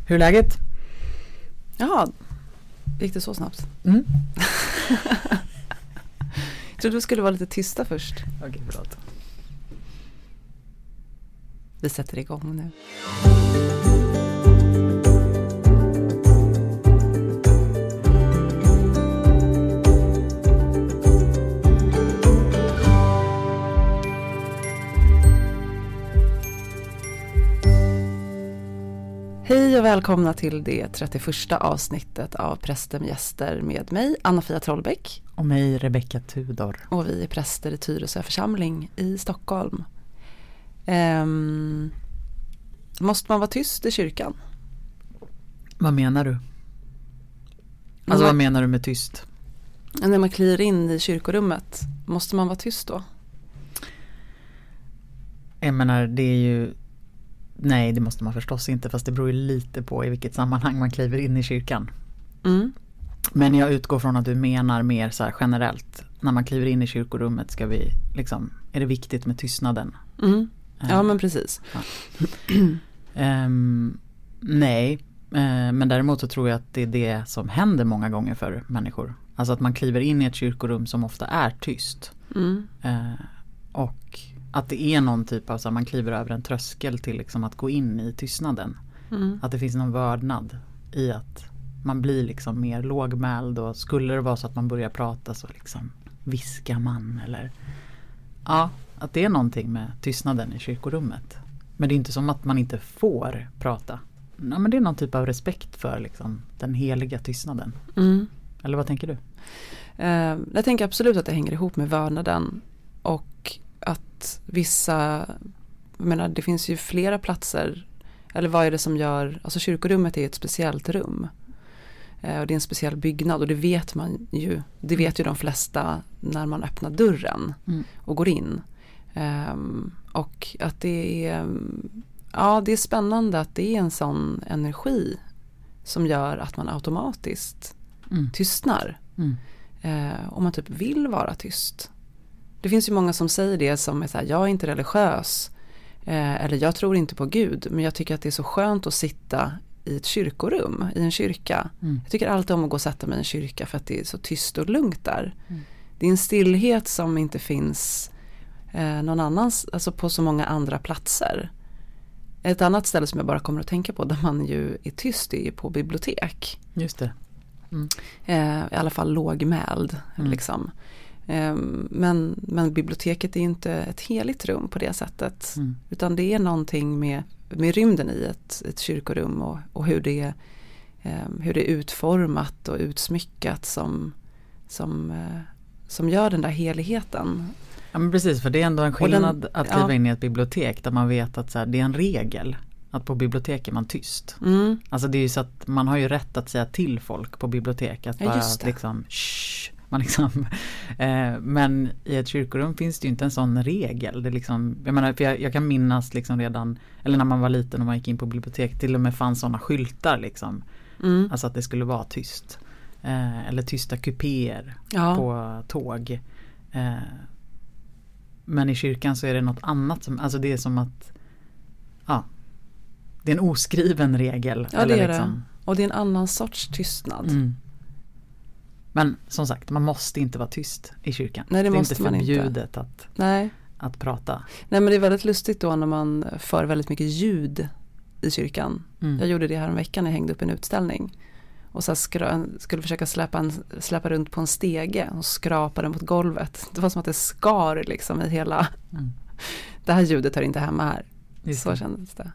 Hur är läget? Ja, gick det så snabbt? Mm. Jag trodde vi skulle vara lite tysta först. Okej, förlåt. Vi sätter igång nu. Hej och välkomna till det 31 avsnittet av Präster med gäster med mig, Anna-Fia Trollbäck. Och mig, Rebecka Tudor. Och vi är präster i Tyresö församling i Stockholm. Måste man vara tyst i kyrkan? Vad menar du? Alltså vad menar du med tyst? När man kliver in i kyrkorummet, måste man vara tyst då? Jag menar, det är ju... Nej, det måste man förstås inte, fast det beror ju lite på i vilket sammanhang man kliver in i kyrkan. Mm. Men jag utgår från att du menar mer så här generellt. När man kliver in i kyrkorummet ska vi liksom, är det viktigt med tystnaden? Mm. Ja, men precis. Ja. Nej, men däremot så tror jag att det är det som händer många gånger för människor. Alltså att man kliver in i ett kyrkorum som ofta är tyst. Mm. Och att det är någon typ av så att man kliver över en tröskel till liksom att gå in i tystnaden. Mm. Att det finns någon vördnad i att man blir liksom mer lågmäld, och skulle det vara så att man börjar prata så liksom viskar man, eller ja, att det är någonting med tystnaden i kyrkorummet. Men det är inte som att man inte får prata. Ja, men det är någon typ av respekt för liksom den heliga tystnaden. Mm. Eller vad tänker du? Jag tänker absolut att det hänger ihop med vördnaden, och att vissa, jag menar, det finns ju flera platser, eller vad är det som gör, alltså kyrkorummet är ett speciellt rum. Och det är en speciell byggnad, och det vet man ju, det vet ju de flesta när man öppnar dörren och går in. Och att det är, ja, det är spännande att det är en sån energi som gör att man automatiskt tystnar. Om man typ vill vara tyst. Det finns ju många som säger det, som är så här: jag är inte religiös, eller jag tror inte på Gud, men jag tycker att det är så skönt att sitta i ett kyrkorum, i en kyrka. Jag tycker alltid om att gå och sätta mig i en kyrka för att det är så tyst och lugnt där. Det är en stillhet som inte finns någon annans, alltså på så många andra platser. Ett annat ställe som jag bara kommer att tänka på där man ju är tyst är ju på bibliotek. Just det. I alla fall lågmäld liksom. Men biblioteket är inte ett heligt rum på det sättet, utan det är någonting med rymden i ett kyrkorum, och hur det är utformat och utsmyckat som gör den där heligheten. Ja, men precis, för det är ändå en skillnad att kliva in i ett bibliotek där man vet att så här, det är en regel att på bibliotek är man tyst. Alltså det är ju så att man har ju rätt att säga till folk på bibliotek att bara liksom shh, man liksom, men i ett kyrkorum finns det ju inte en sån regel. Det liksom, jag menar, för jag kan minnas liksom redan, eller när man var liten och man gick in på bibliotek, till och med fanns såna skyltar liksom. Alltså att det skulle vara tyst. Eller tysta kupéer på tåg. Men i kyrkan så är det något annat som, alltså det är som att det är en oskriven regel. Ja, eller det är liksom, det. Och det är en annan sorts tystnad. Men som sagt, man måste inte vara tyst i kyrkan. Nej, det är måste inte man förbjudet inte. att prata. Nej, men det är väldigt lustigt då när man för väldigt mycket ljud i kyrkan. Jag gjorde det här en vecka när jag hängde upp en utställning. Och så skulle försöka släppa runt på en stege och skrapa den mot golvet. Det var som att det skar liksom i hela... Det här ljudet hör inte hemma här. Så kändes det.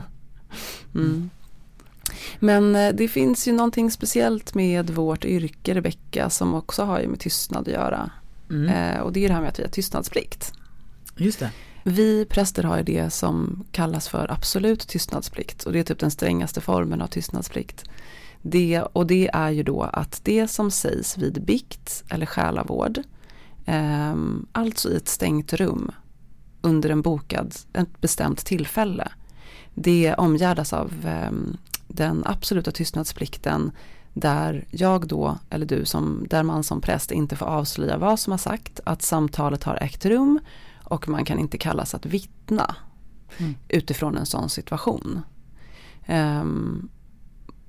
Men det finns ju någonting speciellt med vårt yrke, Rebecka, som också har ju med tystnad att göra. Och det är det här med att vi har tystnadsplikt. Just det. Vi präster har ju det som kallas för absolut tystnadsplikt. Och det är typ den strängaste formen av tystnadsplikt. Det är ju då att det som sägs vid bikt eller själavård, alltså i ett stängt rum under ett bestämt tillfälle, det omgärdas av den absoluta tystnadsplikten, där jag då, eller du, där man som präst inte får avslöja vad som har sagt, att samtalet har ägt rum, och man kan inte kallas att vittna utifrån en sån situation.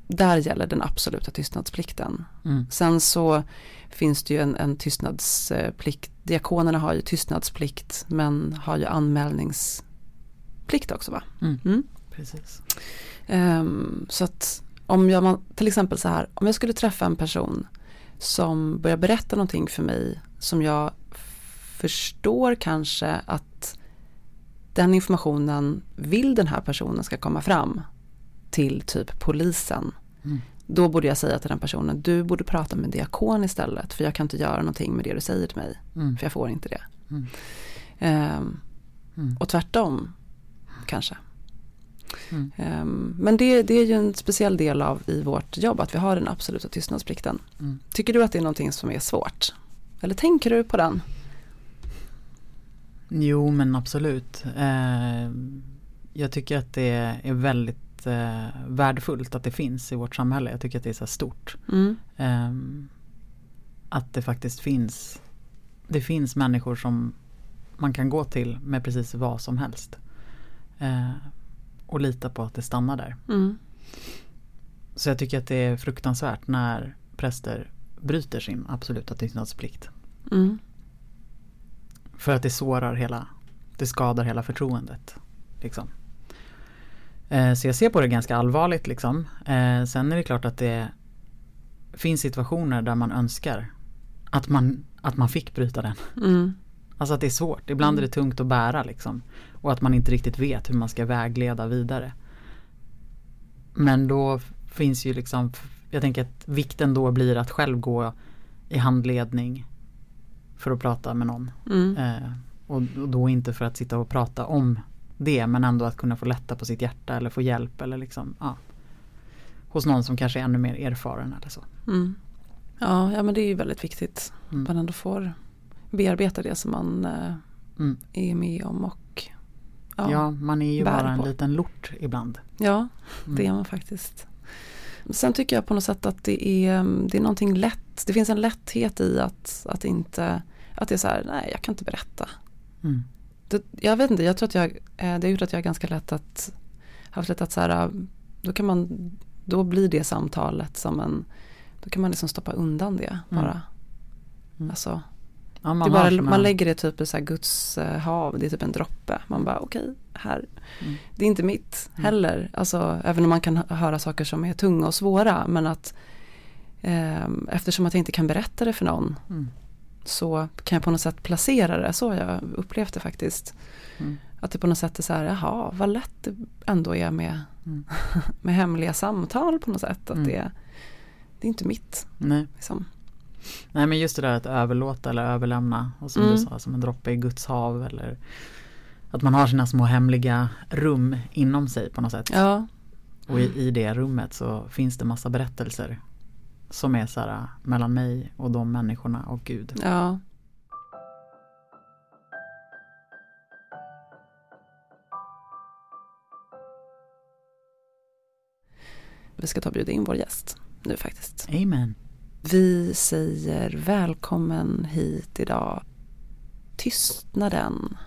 där gäller den absoluta tystnadsplikten. Sen så finns det ju en tystnadsplikt. Diakonerna har ju tystnadsplikt men har ju anmälningsplikt också, va? Precis. Så att om jag till exempel så här, om jag skulle träffa en person som börjar berätta någonting för mig som jag förstår kanske att den informationen vill den här personen ska komma fram till typ polisen. Då borde jag säga till den personen, du borde prata med en diakon istället, för jag kan inte göra någonting med det du säger till mig, för jag får inte det. Och tvärtom kanske. Men det är ju en speciell del i vårt jobb att vi har den absoluta tystnadsplikten. Tycker du att det är någonting som är svårt? Eller tänker du på den? Jo, men absolut. Jag tycker att det är väldigt värdefullt att det finns i vårt samhälle. Jag tycker att det är så stort. Att det faktiskt finns människor som man kan gå till med precis vad som helst. Och lita på att det stannar där. Så jag tycker att det är fruktansvärt när präster bryter sin absoluta tystnadsplikt. För att det sårar det skadar hela förtroendet. Liksom. Så jag ser på det ganska allvarligt. Liksom. Sen är det klart att det finns situationer där man önskar att man fick bryta den. Alltså att det är svårt. Ibland är det tungt att bära. Liksom. Och att man inte riktigt vet hur man ska vägleda vidare. Men då finns ju liksom, jag tänker att vikten då blir att själv gå i handledning för att prata med någon. Och då inte för att sitta och prata om det, men ändå att kunna få lätta på sitt hjärta eller få hjälp eller liksom, hos någon som kanske är ännu mer erfaren eller så. Ja, men det är ju väldigt viktigt. Man ändå får bearbeta det som man är med om och man är ju bara en liten lort ibland. Ja, det är man faktiskt. Sen tycker jag på något sätt att det är någonting lätt. Det finns en lätthet i att det är så här, nej, jag kan inte berätta. Jag vet inte, jag tror att det har gjort att jag är ganska lätt att så här, då blir det samtalet då kan man liksom stoppa undan det bara. Alltså, man lägger det typ i så här Guds hav, det är typ en droppe. Man bara okej, här. Det är inte mitt heller. Alltså, även om man kan höra saker som är tunga och svåra, men att eftersom att jag inte kan berätta det för någon så kan jag på något sätt placera det. Så jag upplevt det faktiskt. Att det på något sätt är så här, jaha, vad lätt det ändå är med hemliga samtal på något sätt. Att det är inte mitt. Nej. Liksom. Nej, men just det där att överlåta eller överlämna. Och som du sa, som en droppe i Guds hav. Eller att man har sina små hemliga rum inom sig på något sätt. Ja. Och i det rummet så finns det massa berättelser som är så här, mellan mig och de människorna och Gud. Ja. Vi ska ta och bjuda in vår gäst nu faktiskt. Amen. Vi säger välkommen hit idag. Tystnaden.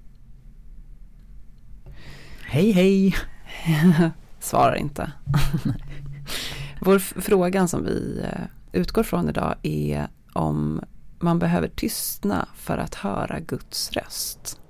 Hej, hej. Svarar inte. Vår frågan som vi utgår från idag är om man behöver tystna för att höra Guds röst.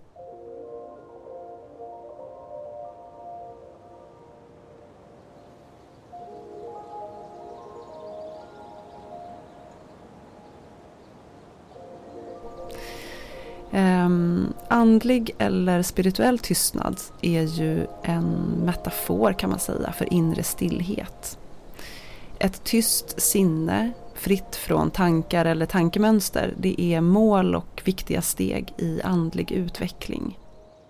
Andlig eller spirituell tystnad är ju en metafor, kan man säga, för inre stillhet. Ett tyst sinne, fritt från tankar eller tankemönster, det är mål och viktiga steg i andlig utveckling.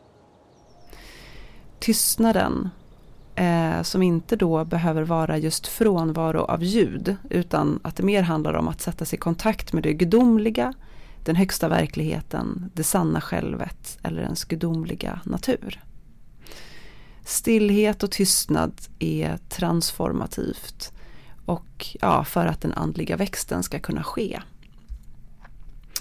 Tystnaden, som inte då behöver vara just frånvaro av ljud, utan att det mer handlar om att sätta sig i kontakt med det gudomliga, den högsta verkligheten, det sanna självet eller ens gudomliga natur. Stillhet och tystnad är transformativt och för att den andliga växten ska kunna ske.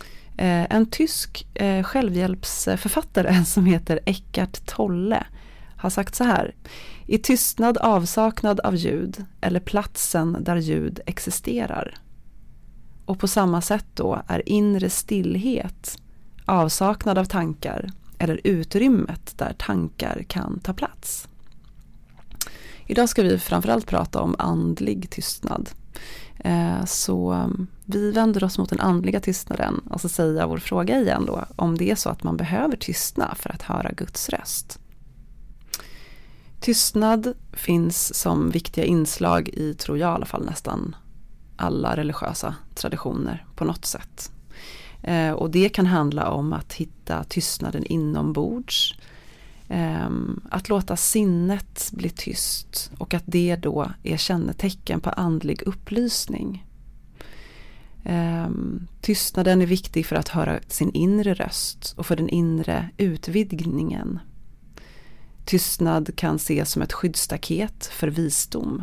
En tysk självhjälpsförfattare som heter Eckhart Tolle har sagt så här: i tystnad avsaknad av ljud eller platsen där ljud existerar. Och på samma sätt då är inre stillhet avsaknad av tankar eller utrymmet där tankar kan ta plats. Idag ska vi framförallt prata om andlig tystnad. Så vi vänder oss mot den andliga tystnaden och så säger jag vår fråga igen då, om det är så att man behöver tystna för att höra Guds röst. Tystnad finns som viktiga inslag i, tror jag i alla fall, nästan alla religiösa traditioner på något sätt. Och det kan handla om att hitta tystnaden inombords, att låta sinnet bli tyst och att det då är kännetecken på andlig upplysning. Tystnaden är viktig för att höra sin inre röst och för den inre utvidgningen. Tystnad kan ses som ett skyddsstaket för visdom.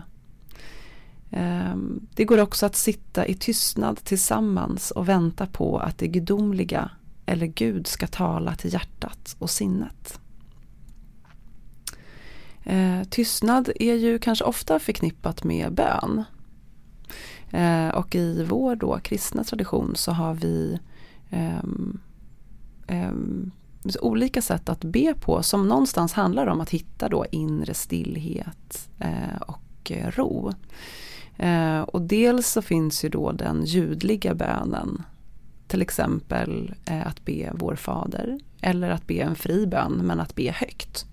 Det går också att sitta i tystnad tillsammans och vänta på att det gudomliga eller Gud ska tala till hjärtat och sinnet. Tystnad är ju kanske ofta förknippat med bön. Och i vår då kristna tradition så har vi olika sätt att be på som någonstans handlar om att hitta då inre stillhet och ro. Och dels så finns ju då den ljudliga bönen, till exempel att be vår fader eller att be en fri bön men att be högt.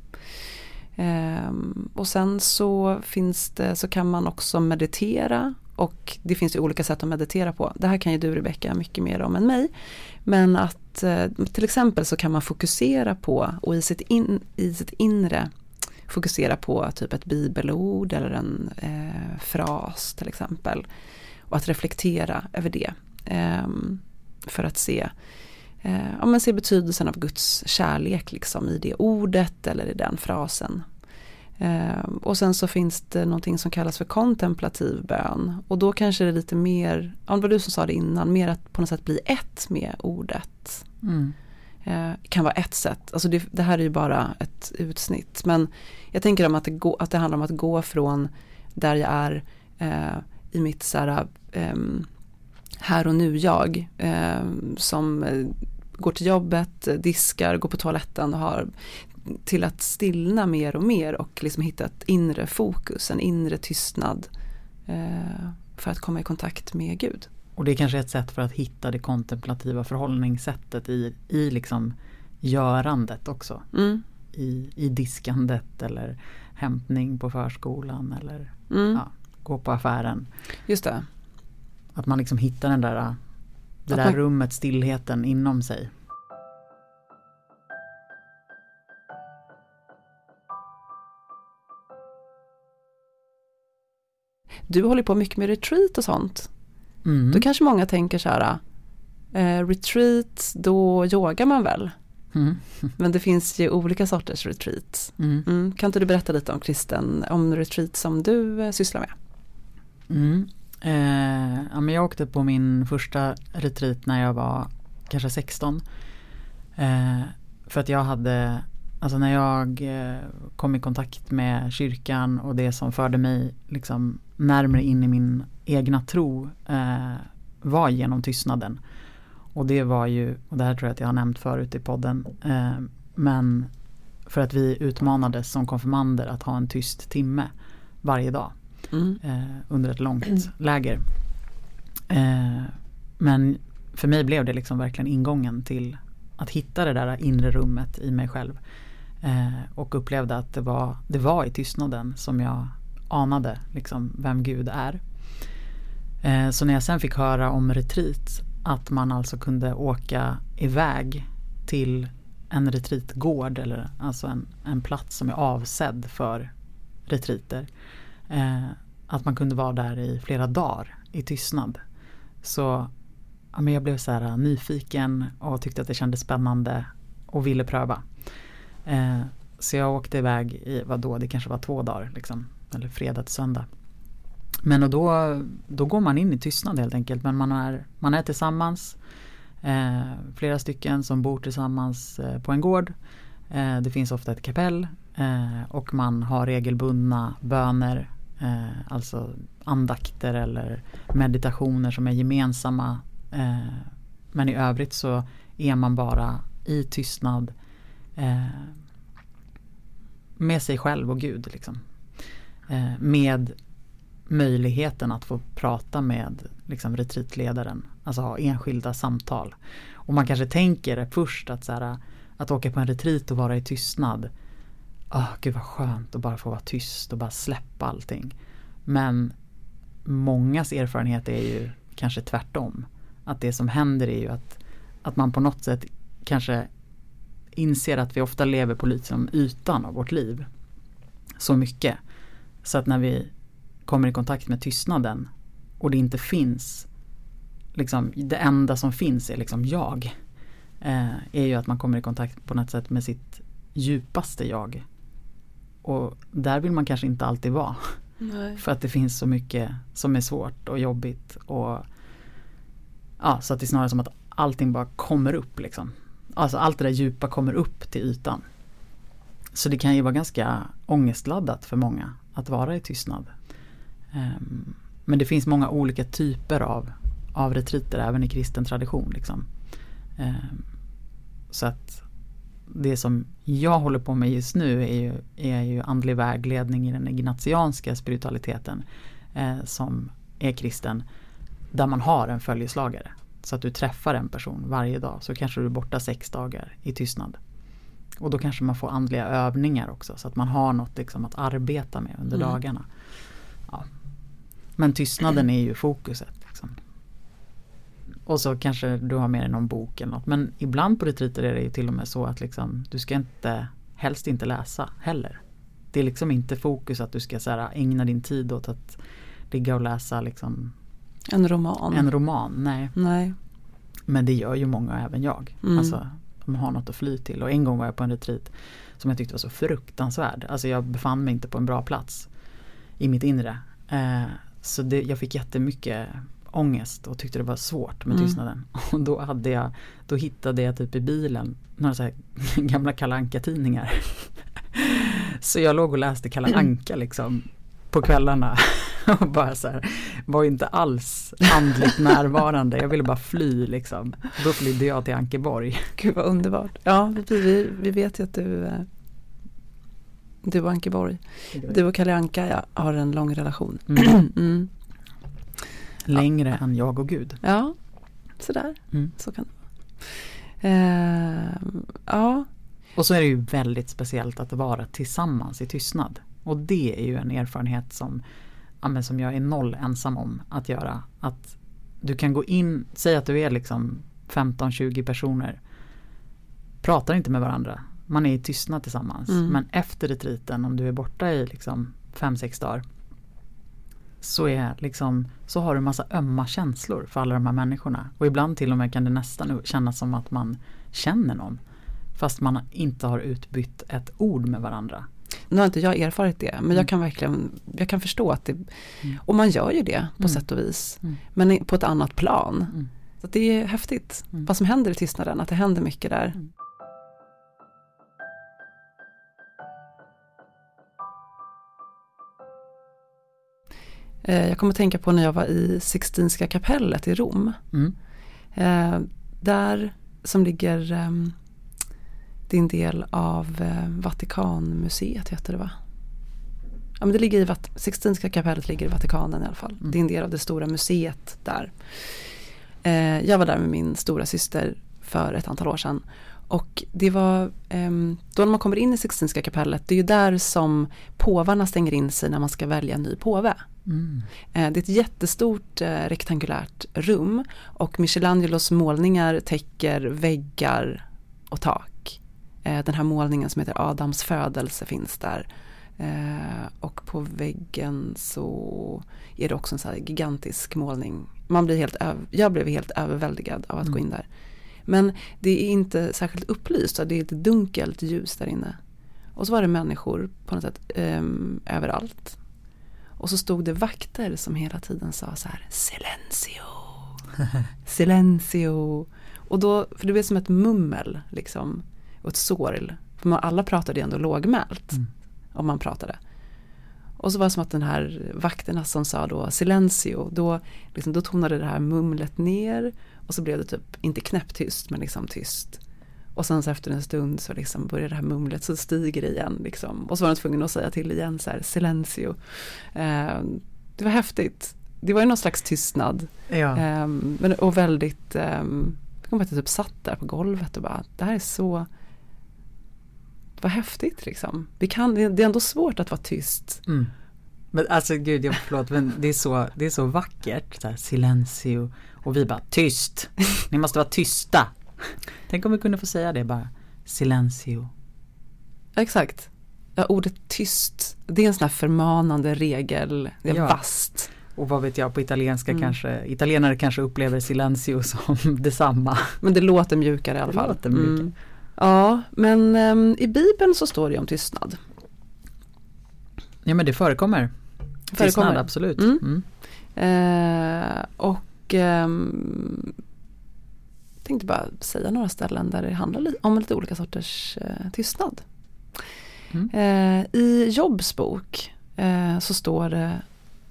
Och sen så kan man också meditera, och det finns ju olika sätt att meditera på. Det här kan ju du, Rebecka, mycket mer om än mig. Men att till exempel så kan man fokusera på och i sitt inre fokusera på typ ett bibelord eller en fras till exempel. Och att reflektera över det för att se betydelsen av Guds kärlek liksom i det ordet eller i den frasen. Och sen så finns det någonting som kallas för kontemplativ bön. Och då kanske det är lite mer, det var du som sa det innan, mer att på något sätt bli ett med ordet. Kan vara ett sätt. Alltså det här är ju bara ett utsnitt. Men jag tänker om att det handlar om att gå från där jag är i mitt så här, här och nu jag som går till jobbet, diskar, går på toaletten och har till att stillna mer och mer och liksom hitta ett inre fokus, en inre tystnad för att komma i kontakt med Gud. Och det är kanske ett sätt för att hitta det kontemplativa förhållningssättet i liksom görandet också. I diskandet eller hämtning på förskolan eller gå på affären. Just det. Att man liksom hittar det där rummet, stillheten inom sig. Du håller på mycket med retreat och sånt. Då kanske många tänker så här, retreat, då yogar man väl? Men det finns ju olika sorters retreats. Kan inte du berätta lite om retreat som du sysslar med? Men jag åkte på min första retreat när jag var kanske 16. För att jag hade, alltså när jag kom i kontakt med kyrkan och det som förde mig liksom närmare in i min egna tro var genom tystnaden. Och det var ju, och det här tror jag att jag har nämnt förut i podden, men för att vi utmanades som konfirmander att ha en tyst timme varje dag under ett långt läger. Men för mig blev det liksom verkligen ingången till att hitta det där inre rummet i mig själv. Och upplevde att det var i tystnaden som jag anade liksom vem Gud är. Så när jag sen fick höra om retreat, att man alltså kunde åka iväg till en retreatgård eller alltså en plats som är avsedd för retreater. Att man kunde vara där i flera dagar i tystnad. Så men jag blev så här nyfiken och tyckte att det kändes spännande och ville pröva. Så jag åkte iväg i, det kanske var 2 dagar liksom, eller fredag till söndag. Men och då går man in i tystnad helt enkelt, men man är tillsammans, flera stycken som bor tillsammans på en gård. Det finns ofta ett kapell och man har regelbundna böner, alltså andakter eller meditationer som är gemensamma, men i övrigt så är man bara i tystnad med sig själv och Gud liksom. Med möjligheten att få prata med liksom retreatledaren, alltså ha enskilda samtal. Och man kanske tänker först att så här, att åka på en retreat och vara i tystnad, gud vad skönt att bara få vara tyst och bara släppa allting. Men mångas erfarenhet är ju kanske tvärtom. Att det som händer är ju att man på något sätt kanske inser att vi ofta lever på liksom ytan av vårt liv så mycket. Så att när vi kommer i kontakt med tystnaden och det inte finns liksom, det enda som finns är liksom jag, är ju att man kommer i kontakt på något sätt med sitt djupaste jag. Och där vill man kanske inte alltid vara. Nej. För att det finns så mycket som är svårt och jobbigt och så att det är snarare som att allting bara kommer upp liksom. Alltså allt det där djupa kommer upp till ytan. Så det kan ju vara ganska ångestladdat för många att vara i tystnad. Men det finns många olika typer av retreater även i kristen tradition liksom. Så att det som jag håller på med just nu är ju andlig vägledning i den ignatianska spiritualiteten, som är kristen, där man har en följeslagare. Så att du träffar en person varje dag, så kanske du är borta 6 dagar i tystnad. Och då kanske man får andliga övningar också, så att man har något liksom att arbeta med under dagarna. Ja. Men tystnaden är ju fokuset liksom. Och så kanske du har med dig någon bok eller något. Men ibland på retreater är det ju till och med så att liksom, du ska helst inte läsa heller. Det är liksom inte fokus att du ska så här, ägna din tid åt att ligga och läsa liksom en roman. Nej. Men det gör ju många, även jag. Alltså, de har något att fly till. Och en gång var jag på en retreat som jag tyckte var så fruktansvärd. Alltså jag befann mig inte på en bra plats i mitt inre. Så jag fick jättemycket ångest och tyckte det var svårt med tystnaden. Och då hittade jag typ i bilen några så här gamla Kalle Anka-tidningar. Så jag låg och läste Kalle Anka liksom på kvällarna och bara så här, var inte alls andligt närvarande. Jag ville bara fly liksom. Då flydde jag till Ankeborg. Gud vad underbart. Ja, vi vet ju att du och Ankeborg. Du och Kalle Anka har en lång relation. Längre än jag och Gud. Ja, sådär. Så kan det vara. Och så är det ju väldigt speciellt att vara tillsammans i tystnad. Och det är ju en erfarenhet som jag är noll ensam om att göra. Att du kan gå in, säg att du är liksom 15-20 personer, pratar inte med varandra. Man är i tystnad tillsammans. Men efter retreaten, om du är borta i liksom 5-6 dagar, så har du en massa ömma känslor för alla de här människorna. Och ibland till och med kan det nästan kännas som att man känner någon. Fast man inte har utbytt ett ord med varandra. Nu har inte jag erfarit det, men jag kan förstå att det, och man gör ju det på sätt och vis, men på ett annat plan. Så att det är häftigt vad som händer i tystnaden, att det händer mycket där. Jag kommer att tänka på när jag var i Sixtinska kapellet i Rom. Där som ligger, det är en del av Vatikanmuseet heter det va? Ja, men det ligger i Sixtinska kapellet ligger i Vatikanen i alla fall. Det är en del av det stora museet där. Jag var där med min stora syster för ett antal år sedan. Och det var, då när man kommer in i Sixtinska kapellet, det är ju där som påvarna stänger in sig när man ska välja en ny påve. Det är ett jättestort rektangulärt rum och Michelangelos målningar täcker väggar och tak. Den här målningen som heter Adams födelse finns där. Och på väggen så är det också en så här gigantisk målning. Jag blev helt överväldigad av att gå in där. Men det är inte särskilt upplyst, så det är lite dunkelt ljus där inne. Och så var det människor på något sätt överallt. Och så stod det vakter som hela tiden sa så här: silencio, silencio. Och då, för det blev som ett mummel liksom, och ett sorl För alla pratade ju ändå lågmält om man pratade. Och så var det som att den här vakterna som sa då silencio, då tonade det här mumlet ner och så blev det typ inte knäpptyst men liksom tyst. Och sen så efter en stund så liksom börjar det här mumlet så stiger det igen liksom. Och så var de tvungna att säga till igen så här silencio. Det var häftigt. Det var ju någon slags tystnad. Ja. Och väldigt jag kommer att jag typ satt där på golvet och bara, det här är så, det var häftigt liksom. Det är ändå svårt att vara tyst. Men alltså gud, förlåt, men det är så vackert så här, silencio, och vi bara tyst. Ni måste vara tysta. Tänk om vi kunde få säga det bara, silencio. Exakt. Ja, ordet tyst, det är en sån här förmanande regel, det är vast. Och vad vet jag, på italienska italienare kanske upplever silencio som detsamma. Men det låter mjukare i alla fall. Det låter mjukare. Ja, men i Bibeln så står det om tystnad. Ja, men det förekommer. Tystnad, absolut. Och tänkte bara säga några ställen där det handlar om lite olika sorters tystnad. I Jobs bok så står det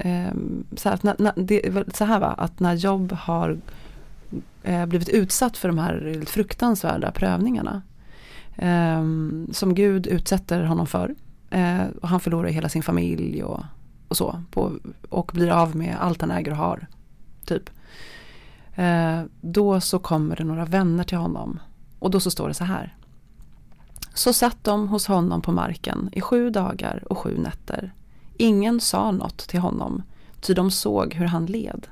så här, att när Job har blivit utsatt för de här fruktansvärda prövningarna som Gud utsätter honom för, och han förlorar hela sin familj och så och blir av med allt han äger och har typ. Då så kommer det några vänner till honom och då så står det så här: så satt de hos honom på marken i 7 dagar och 7 nätter. Ingen sa något till honom, ty de såg hur han led.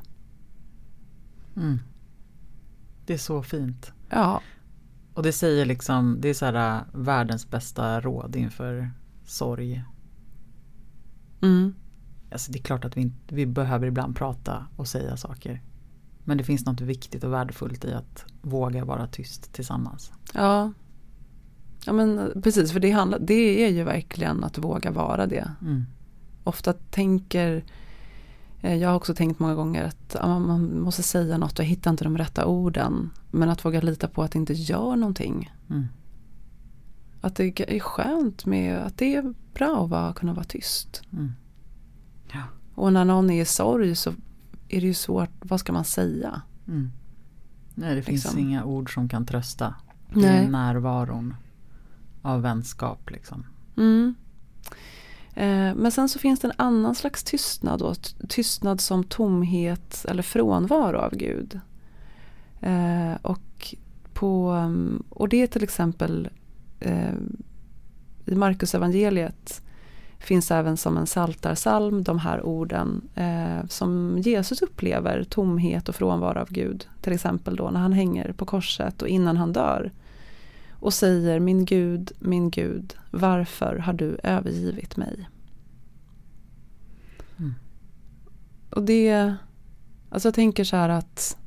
Det är så fint. Ja. Och det säger liksom, det är så här världens bästa råd inför sorg. Alltså det är klart att vi behöver ibland prata och säga saker. Men det finns något viktigt och värdefullt i att våga vara tyst tillsammans. Ja. Ja, men precis, för det är ju verkligen att våga vara det. Ofta jag har också tänkt många gånger att man måste säga något och hittar inte de rätta orden. Men att våga lita på att det inte gör någonting. Att det är skönt med att det är bra att kunna vara tyst. Ja. Och när någon är i sorg så är det ju svårt, vad ska man säga? Nej, det finns liksom inga ord som kan trösta. Nej. I närvaron av vänskap liksom. Men sen så finns det en annan slags tystnad då. Tystnad som tomhet eller frånvaro av Gud. Och det är till exempel i Markus evangeliet finns även som en psaltarpsalm de här orden som Jesus upplever tomhet och frånvaro av Gud. Till exempel då när han hänger på korset och innan han dör. Och säger, min Gud, varför har du övergivit mig? Och det, alltså jag tänker så här att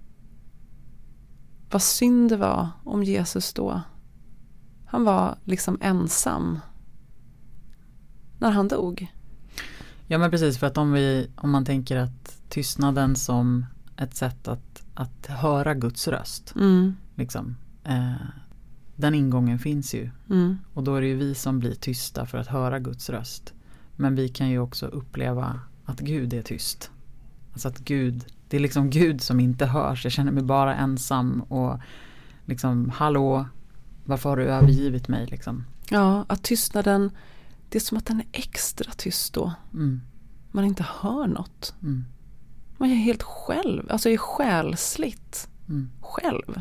vad synd det var om Jesus då. Han var liksom ensam när han dog. Ja, men precis, för att om man tänker att tystnaden som ett sätt att höra Guds röst liksom, den ingången finns ju. Och då är det ju vi som blir tysta för att höra Guds röst. Men vi kan ju också uppleva att Gud är tyst. Alltså att det är liksom Gud som inte hörs. Jag känner mig bara ensam och liksom, hallå, varför har du övergivit mig liksom? Ja, att tystnaden, det är som att den är extra tyst då. Man inte hör något. Man är helt själv, alltså är själsligt själv.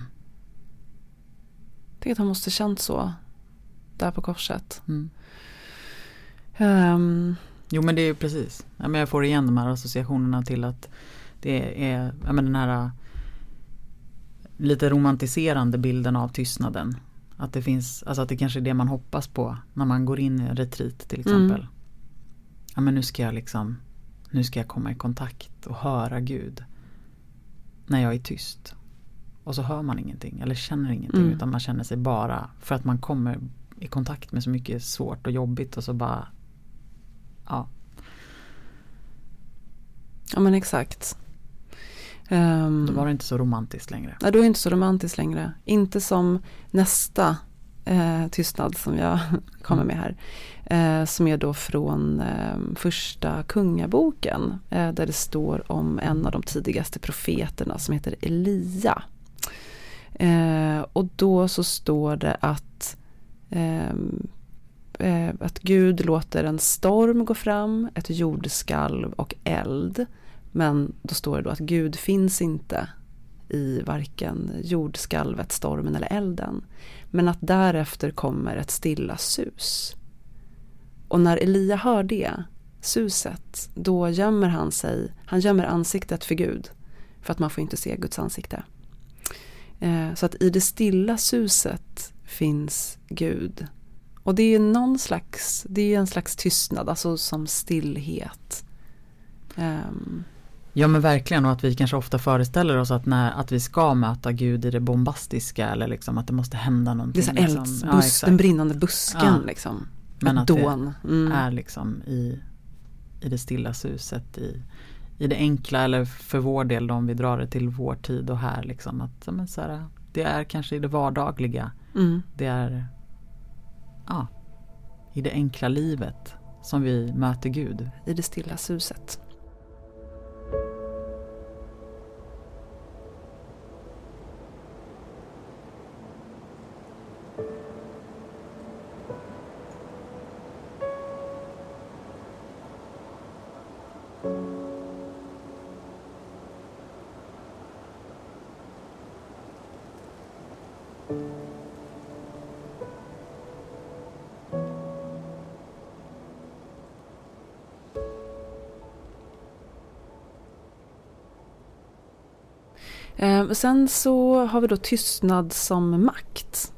Det är att han måste känt så där på korset. Jo, men det är ju precis. Ja, men jag får igen de här associationerna till att det är den här lite romantiserande bilden av tystnaden. Att det finns, alltså att det kanske är det man hoppas på när man går in i en retreat till exempel. Ja, men nu ska jag komma i kontakt och höra Gud när jag är tyst. Och så hör man ingenting eller känner ingenting utan man känner sig bara, för att man kommer i kontakt med så mycket svårt och jobbigt och så bara ja. Ja, men exakt. Då var det inte så romantiskt längre. Nej, då är det inte så romantiskt längre. Inte som nästa tystnad som jag kommer med här. Som är då från första kungaboken. Där det står om en av de tidigaste profeterna som heter Elia. Och då så står det att Gud låter en storm gå fram, ett jordskalv och eld. Men då står det då att Gud finns inte i varken jordskalvet, stormen eller elden. Men att därefter kommer ett stilla sus. Och när Elia hör det, suset, då gömmer han sig. Han gömmer ansiktet för Gud. För att man får inte se Guds ansikte. Så att i det stilla suset finns Gud. Och det är en slags tystnad, alltså som stillhet. Ja men verkligen, och att vi kanske ofta föreställer oss att vi ska möta Gud i det bombastiska eller liksom att det måste hända någonting. Det är så den brinnande busken liksom. Men att det är liksom i det stilla suset, i det enkla, eller för vår del om vi drar det till vår tid och här liksom, att men så här, det är kanske i det vardagliga. Det är i det enkla livet som vi möter Gud. I det stilla suset. Sen så har vi då tystnad som makt.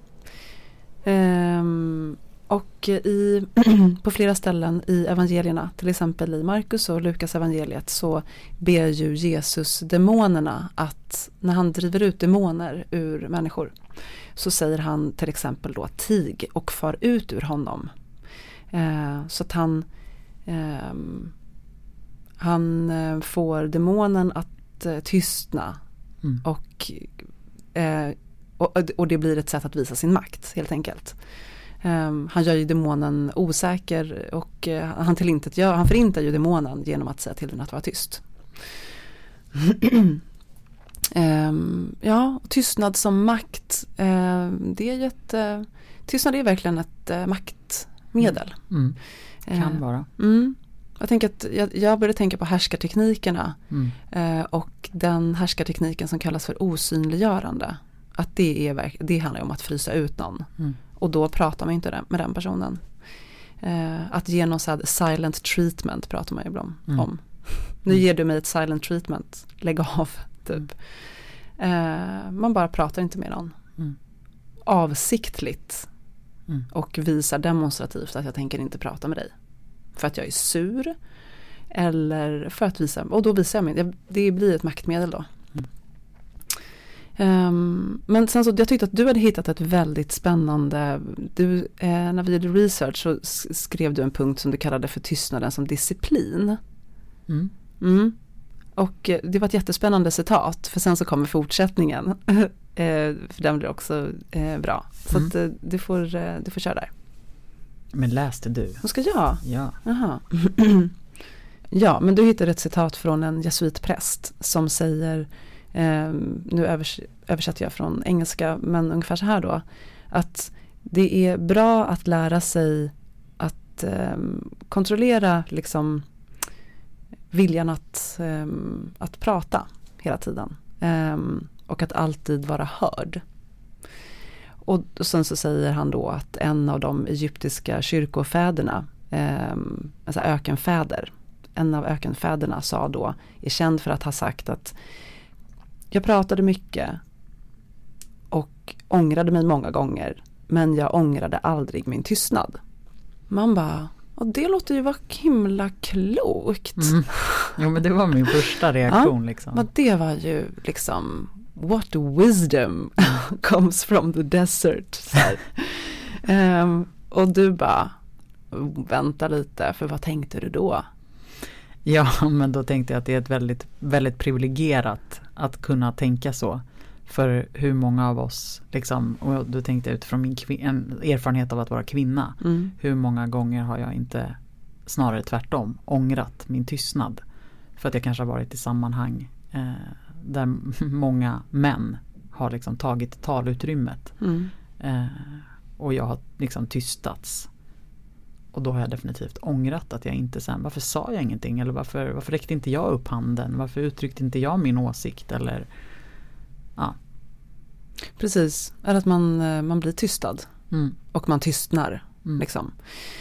Och på flera ställen i evangelierna, till exempel i Markus och Lukas evangeliet, så ber ju Jesus demonerna att när han driver ut demoner ur människor så säger han till exempel då tig och far ut ur honom. Så att han får demonen att tystna och det blir ett sätt att visa sin makt helt enkelt. Han gör ju demonen osäker och han förintar ju demonen genom att säga till den att vara tyst. Tystnad som makt, tystnad är verkligen ett maktmedel. Kan vara. Jag tänker att jag började tänka på härskarteknikerna och den härskartekniken som kallas för osynliggörande. Att det handlar om att frysa ut någon. Och då pratar man inte med den personen. Att ge någon så här silent treatment pratar man ju ibland om. Nu ger du mig ett silent treatment. Lägg av, typ. Man bara pratar inte med någon. Avsiktligt. Och visar demonstrativt att jag tänker inte prata med dig. För att jag är sur. Eller för att visa. Och då visar jag mig. Det blir ett maktmedel då. Men sen så jag tyckte att du hade hittat ett väldigt spännande, när vi gjorde research så skrev du en punkt som du kallade för tystnaden som disciplin. Och det var ett jättespännande citat, för sen så kommer fortsättningen för den blir också bra, så att du får köra där. Men läste du? Vad ska jag? Ja. Aha. Ja, men du hittade ett citat från en jesuitpräst som säger, nu översätter jag från engelska, men ungefär så här då, att det är bra att lära sig att kontrollera liksom viljan att prata hela tiden och att alltid vara hörd. Och sen så säger han då att en av de egyptiska kyrkofäderna, alltså ökenfäder, en av ökenfäderna är känd för att ha sagt att jag pratade mycket och ångrade mig många gånger, men jag ångrade aldrig min tystnad. Man bara, det låter ju vara himla klokt. Jo, men det var min första reaktion. Ja, liksom. Men det var ju liksom, what wisdom comes from the desert. Så och du bara, vänta lite, för vad tänkte du då? Ja, men då tänkte jag att det är ett väldigt, väldigt privilegierat att kunna tänka så. För hur många av oss, liksom, och då tänkte jag utifrån min erfarenhet av att vara kvinna, hur många gånger har jag inte, snarare tvärtom, ångrat min tystnad. För att jag kanske har varit i sammanhang där många män har liksom tagit talutrymmet. Och jag har liksom tystats. Och då har jag definitivt ångrat att jag inte sen, varför sa jag ingenting? Eller varför räckte inte jag upp handen? Varför uttryckte inte jag min åsikt? Eller, ja. Precis, eller att man blir tystad. Och man tystnar. Liksom.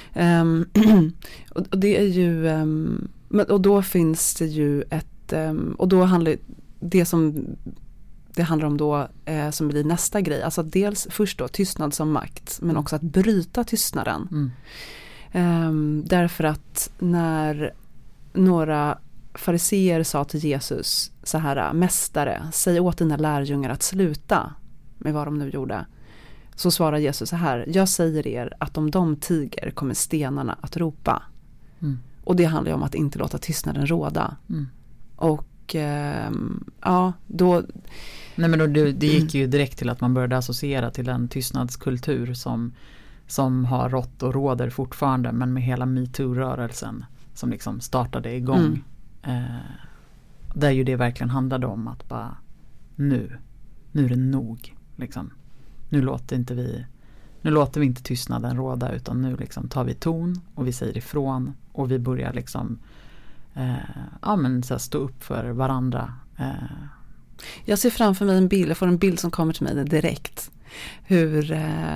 Och det är ju, och då finns det ju ett, och då handlar det som det handlar om då som blir nästa grej. Alltså dels först då tystnad som makt, men också att bryta tystnaden. Därför att när några fariseer sa till Jesus så här: mästare, säg åt dina lärjungar att sluta med vad de nu gjorde. Så svarar Jesus så här: jag säger er att om de tiger kommer stenarna att ropa. Och det handlar ju om att inte låta tystnaden råda. Och ja, då... Nej, men då, det gick ju direkt till att man började associera till en tystnadskultur som har rått och råder fortfarande, men med hela MeToo-rörelsen som liksom startade igång. Där ju det verkligen handlade om att bara nu är det nog. Liksom. Nu låter vi inte tystnaden råda, utan nu liksom tar vi ton och vi säger ifrån och vi börjar liksom så här, stå upp för varandra. Jag ser framför mig en bild, jag får en bild som kommer till mig direkt. Hur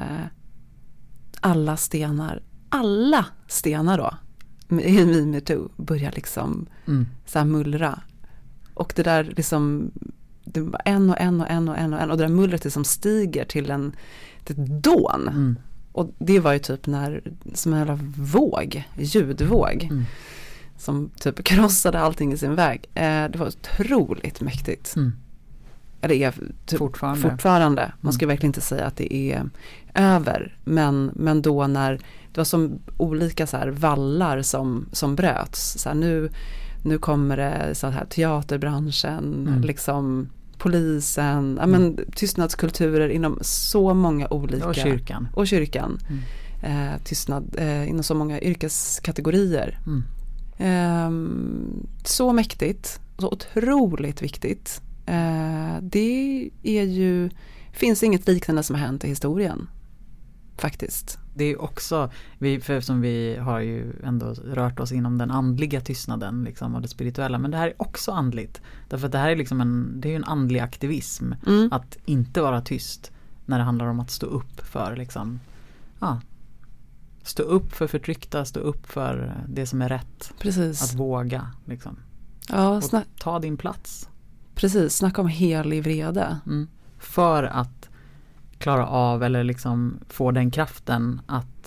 alla stenar då i MeToo börjar liksom så här mullra. Och det där liksom, det var en och det där mullret liksom stiger till ett dån. Och det var ju typ som en jävla ljudvåg som typ krossade allting i sin väg. Det var otroligt mäktigt. Eller är typ fortfarande. Man ska verkligen inte säga att det är över. Men då när det var som olika så här vallar som bröts. Så här, nu kommer det så här teaterbranschen, liksom polisen, men tystnadskulturer inom så många olika... Och kyrkan. Tystnad inom så många yrkeskategorier. Så mäktigt, så otroligt viktigt. Det är ju, finns inget liknande som har hänt i historien faktiskt. Det är också, eftersom vi har ju ändå rört oss inom den andliga tystnaden liksom, och det spirituella, men det här är också andligt. Därför att det här är liksom det är ju en andlig aktivism att inte vara tyst när det handlar om att stå upp för liksom, stå upp för förtryckta, stå upp för det som är rätt. Precis. Att våga liksom. Ja, och ta din plats. Precis, snacka om helig vrede. För att klara av eller liksom få den kraften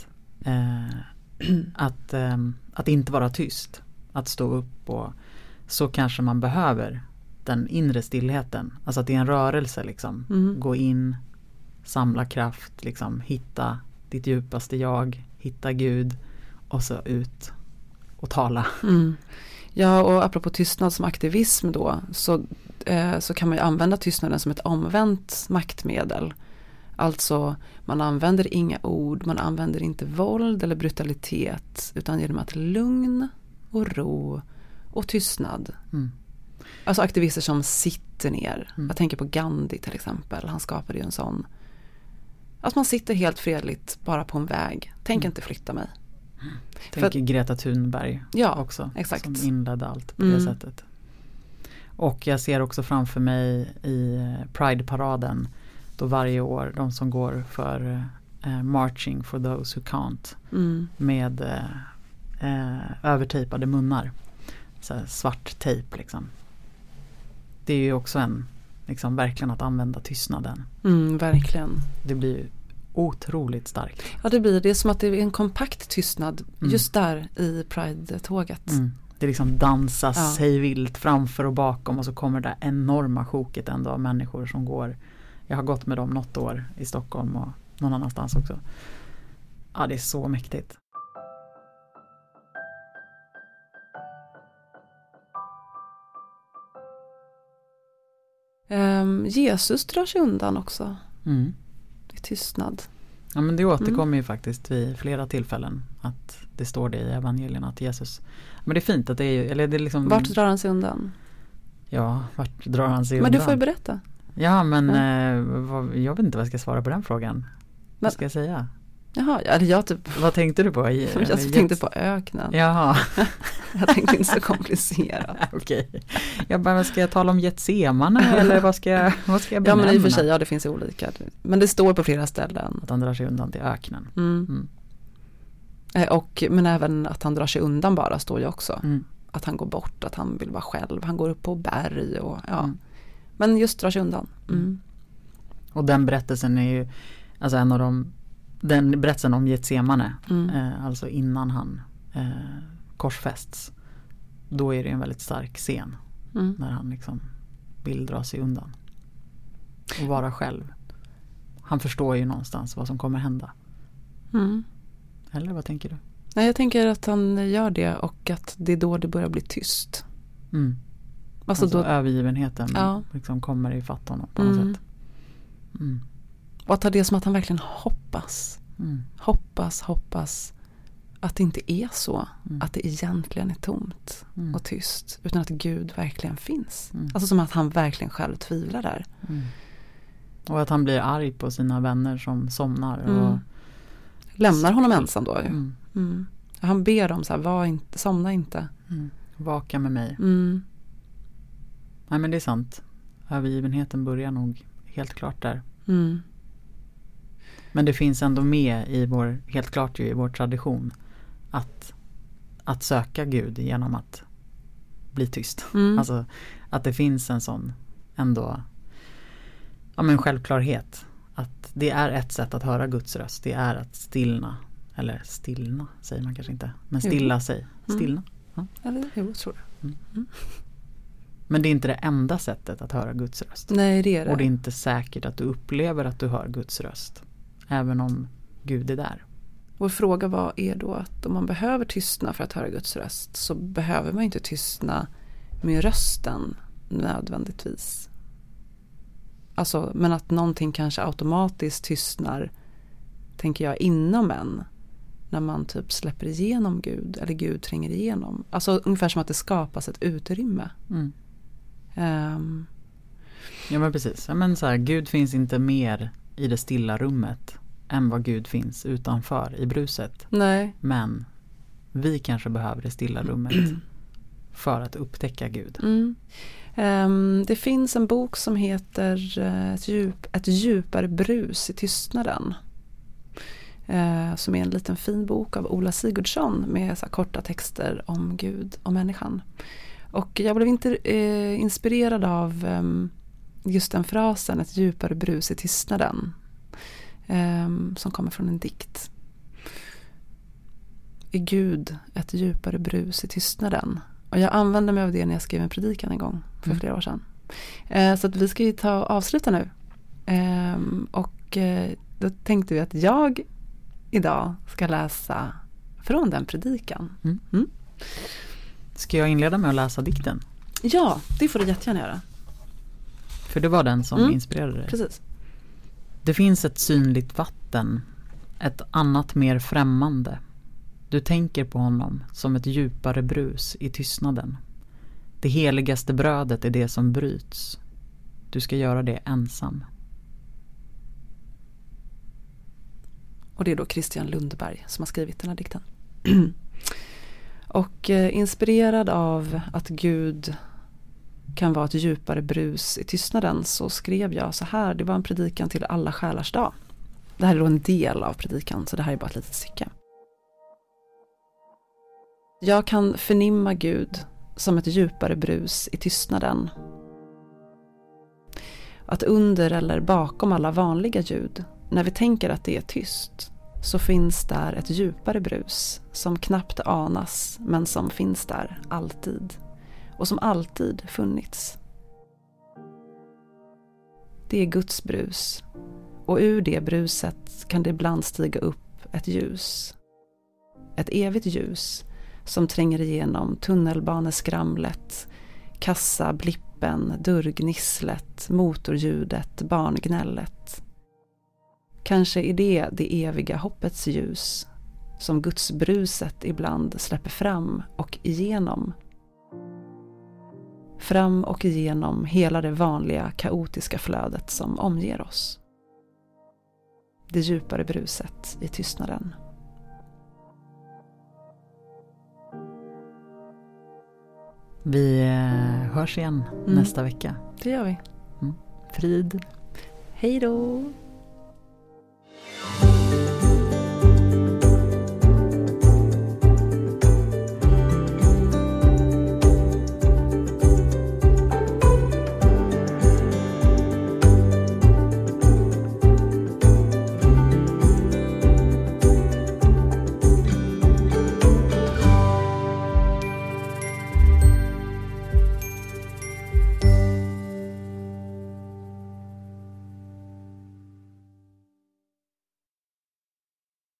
att inte vara tyst. Att stå upp, och så kanske man behöver den inre stillheten. Alltså att det är en rörelse liksom. Gå in, samla kraft, liksom, hitta ditt djupaste jag, hitta Gud och så ut och tala. Ja, och apropå tystnad som aktivism då, så kan man ju använda tystnaden som ett omvänt maktmedel. Alltså man använder inga ord, man använder inte våld eller brutalitet, utan genom att lugn och ro och tystnad. Alltså aktivister som sitter ner. Jag tänker på Gandhi till exempel, han skapade ju en sån. Att man sitter helt fredligt bara på en väg. Tänk inte flytta mig. Tänker Greta Thunberg också. Exakt. Som inledde allt på det sättet. Och jag ser också framför mig i Pride-paraden då varje år de som går för Marching for those who can't med övertejpade munnar. Så här svart tejp liksom. Det är ju också liksom verkligen att använda tystnaden. Verkligen. Det blir ju otroligt starkt. Ja, det är som att det är en kompakt tystnad just där i Pride-tåget. Det liksom dansas sig vilt framför och bakom, och så kommer det enorma sjoket ändå av människor som går. Jag har gått med dem något år i Stockholm och någon annanstans också. Ja, det är så mäktigt. Jesus drar sig undan också. Mm. I tystnad. Ja, men det återkommer ju faktiskt vid flera tillfällen att det står det i evangelierna att Jesus, men det är fint att det är, eller det är liksom, vart drar han sig undan? Ja, vart drar han sig undan? Men du får ju berätta. Ja, men jag vet inte vad jag ska svara på den frågan. Vad ska jag säga? Jaha, jag typ... Vad tänkte du på? Jag tänkte på öknen. Jaha. Jag tänkte inte så komplicerat. Okej. Jag bara, ska jag tala om Getsemane eller vad ska jag benämna? Ja, men i och för sig, ja, det finns olika. Men det står på flera ställen. Att han drar sig undan till öknen. Men även att han drar sig undan bara står ju också. Mm. Att han går bort, att han vill vara själv. Han går upp på berg och ja. Men just drar sig undan. Och den berättelsen är ju alltså en av den berättelsen om Getsemane, alltså innan han korsfästs, då är det en väldigt stark scen när han liksom vill dra sig undan och vara själv. Han förstår ju någonstans vad som kommer hända. Eller vad tänker du? Nej, jag tänker att han gör det och att det är då det börjar bli tyst. Alltså då övergivenheten liksom kommer i fatt honom på något sätt. Och att ta det som att han verkligen hoppas. Hoppas att det inte är så. Att det egentligen är tomt och tyst. Utan att Gud verkligen finns. Alltså som att han verkligen själv tvivlar där. Och att han blir arg på sina vänner som somnar. Och lämnar honom ensam då. Han ber dem så här, somna inte. Vaka med mig. Nej, men det är sant. Övergivenheten börjar nog helt klart där. Men det finns ändå med i helt klart i vår tradition att söka Gud genom att bli tyst. Alltså att det finns en sån ändå självklarhet. Att det är ett sätt att höra Guds röst. Det är att stillna säger man kanske inte. Men stilla sig. Stillna. Ja. Eller jag tror det. Men det är inte det enda sättet att höra Guds röst. Nej, det är det. Och det är inte säkert att du upplever att du hör Guds röst. Även om Gud är där. Vår fråga är då att om man behöver tystna för att höra Guds röst, så behöver man inte tystna med rösten nödvändigtvis. Alltså, men att någonting kanske automatiskt tystnar, tänker jag, inom en. När man typ släpper igenom Gud, eller Gud tränger igenom. Alltså ungefär som att det skapas ett utrymme. Ja, men precis. Men så här, Gud finns inte mer i det stilla rummet än vad Gud finns utanför i bruset. Nej. Men vi kanske behöver det stilla rummet för att upptäcka Gud. Det finns en bok som heter Ett djupare brus i tystnaden. Som är en liten fin bok av Ola Sigurdsson med så här korta texter om Gud och människan. Och jag blev inte inspirerad av just den frasen, ett djupare brus i tystnaden, som kommer från en dikt. Är Gud ett djupare brus i tystnaden? Och jag använde mig av det när jag skrev en predikan en gång för flera år sedan. Så att vi ska ju avsluta nu. Och då tänkte vi att jag idag ska läsa från den predikan. Ska jag inleda med att läsa dikten? Ja, det får du jättegärna göra. För det var den som inspirerade dig. Precis. Det finns ett synligt vatten, ett annat mer främmande. Du tänker på honom som ett djupare brus i tystnaden. Det heligaste brödet är det som bryts. Du ska göra det ensam. Och det är då Christian Lundberg som har skrivit den här dikten. Och inspirerad av att Gud kan vara ett djupare brus i tystnaden, så skrev jag så här. Det var en predikan till alla själars dag. Det här är då en del av predikan, så det här är bara ett litet stycke. Jag kan förnimma Gud som ett djupare brus i tystnaden. Att under eller bakom alla vanliga ljud, när vi tänker att det är tyst, så finns där ett djupare brus som knappt anas, men som finns där alltid och som alltid funnits. Det är Guds brus, och ur det bruset kan det ibland stiga upp ett ljus. Ett evigt ljus som tränger igenom tunnelbaneskramlet, kassablippar lampen, dörrgnisslet, motorljudet, barngnället. Kanske är det eviga hoppets ljus som gudsbruset ibland släpper fram och igenom. Fram och igenom hela det vanliga kaotiska flödet som omger oss. Det djupare bruset i tystnaden. Vi hörs igen nästa vecka. Det gör vi. Frid. Hej då!